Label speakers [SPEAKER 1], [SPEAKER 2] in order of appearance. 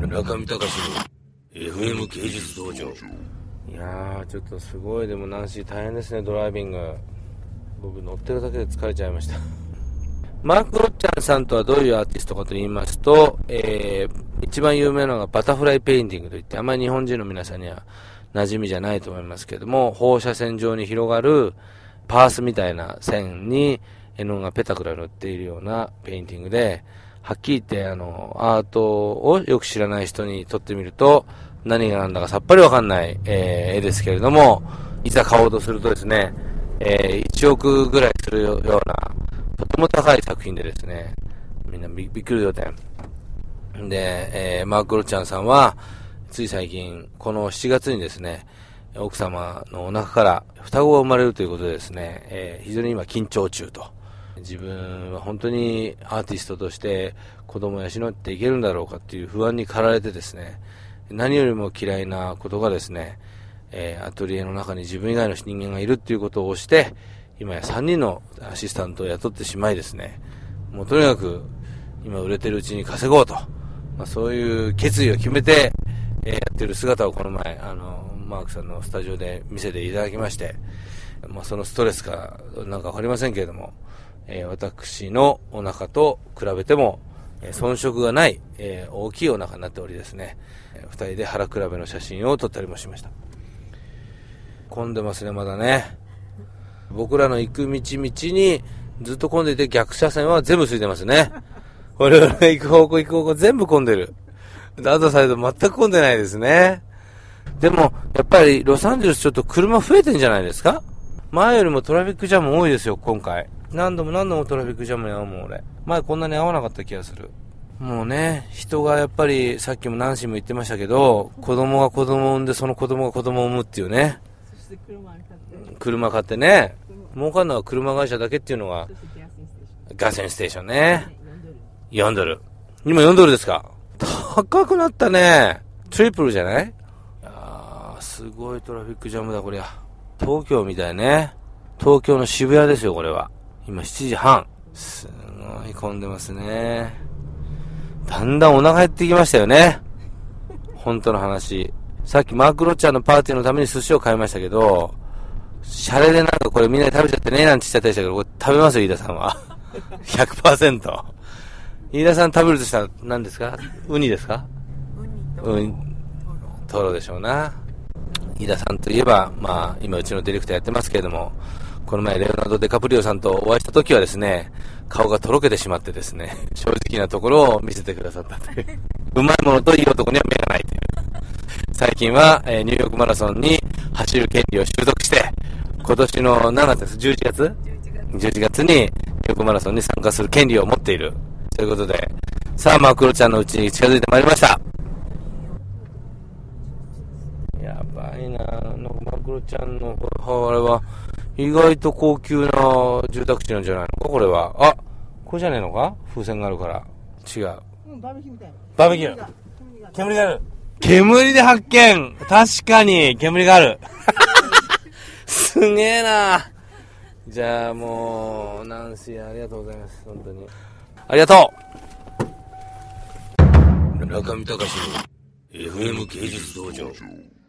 [SPEAKER 1] 中見隆の FM 芸術道場。いやーちょっとすごい。でもナンシー大変ですね、ドライビング。僕乗ってるだけで疲れちゃいました。マーク・ロッチャンさんとはどういうアーティストかと言いますと、一番有名なのがバタフライペインティングといって、あまり日本人の皆さんには馴染みじゃないと思いますけれども、放射線状に広がるパースみたいな線に絵の具がペタクラ塗っているようなペインティングで、はっきり言ってアートをよく知らない人にとってみると何が何だかさっぱりわかんない、絵ですけれども、いざ買おうとするとですね、1億ぐらいするようなとても高い作品でですね、みんなびっくり仰天で、マーク・ロッチャンさんはつい最近この7月にですね、奥様のお腹から双子が生まれるということでですね、非常に今緊張中と。自分は本当にアーティストとして子供を養っていけるんだろうかっていう不安に駆られてですね、何よりも嫌いなことがですね、アトリエの中に自分以外の人間がいるっていうことをして、今や3人のアシスタントを雇ってしまいですね、もうとにかく今売れてるうちに稼ごうと、そういう決意を決めて、やってる姿をこの前マークさんのスタジオで見せていただきまして、そのストレスかなんかわかりませんけれども、私のお腹と比べても、遜色がない、大きいお腹になっておりですね、二人で腹比べの写真を撮ったりもしました。混んでますね、まだね。僕らの行く道にずっと混んでいて、逆車線は全部空いてますね。我々が行く方向全部混んでる。アウトサイド全く混んでないですね。でもやっぱりロサンゼルスちょっと車増えてんじゃないですか。前よりもトラフィックジャム多いですよ、今回。何度もトラフィックジャムに遭うもん俺。前こんなに遭わなかった気がする。もうね、人がやっぱりさっきもナンシーも言ってましたけど、子供が子供を産んでその子供が子供を産むっていうね。
[SPEAKER 2] そして
[SPEAKER 1] 車買ってね、儲かるのは車会社だけっていうのが、ガソリンステーションね。4ドル。今4ドルですか。高くなったね。トリプルじゃない？すごいトラフィックジャムだこりゃ。東京みたいね。東京の渋谷ですよこれは。今7時半。すごい混んでますね。だんだんお腹減ってきましたよね。本当の話。さっきマーク・ロッチャーのパーティーのために寿司を買いましたけど、シャレでなんかこれみんなで食べちゃってねなんて言っちゃったりしたけど、これ食べますよ飯田さんは。100%。飯田さん食べるとしたら何ですか？ウニですか？トロでしょうな。飯田さんといえば、今うちのディレクターやってますけれども、この前レオナルド・デカプリオさんとお会いした時はですね、顔がとろけてしまってですね、正直なところを見せてくださったという。うまいものといい男には目がないという。最近は、ニューヨークマラソンに走る権利を習得して、今年の何月です？ 11月にニューヨークマラソンに参加する権利を持っているということで、さあマークロちゃんのうちに近づいてまいりました。やばいな、マクロちゃんのあれは意外と高級な住宅地なんじゃないのかこれは。あ、これじゃねえのか、風船があるから。違う、
[SPEAKER 2] バーベキューみたいな。
[SPEAKER 1] バーベキュー、煙がある。煙で発見。確かに煙がある。すげえな。じゃあもうナンシーありがとうございます、本当にありがとう。中見隆の FM 芸術道場。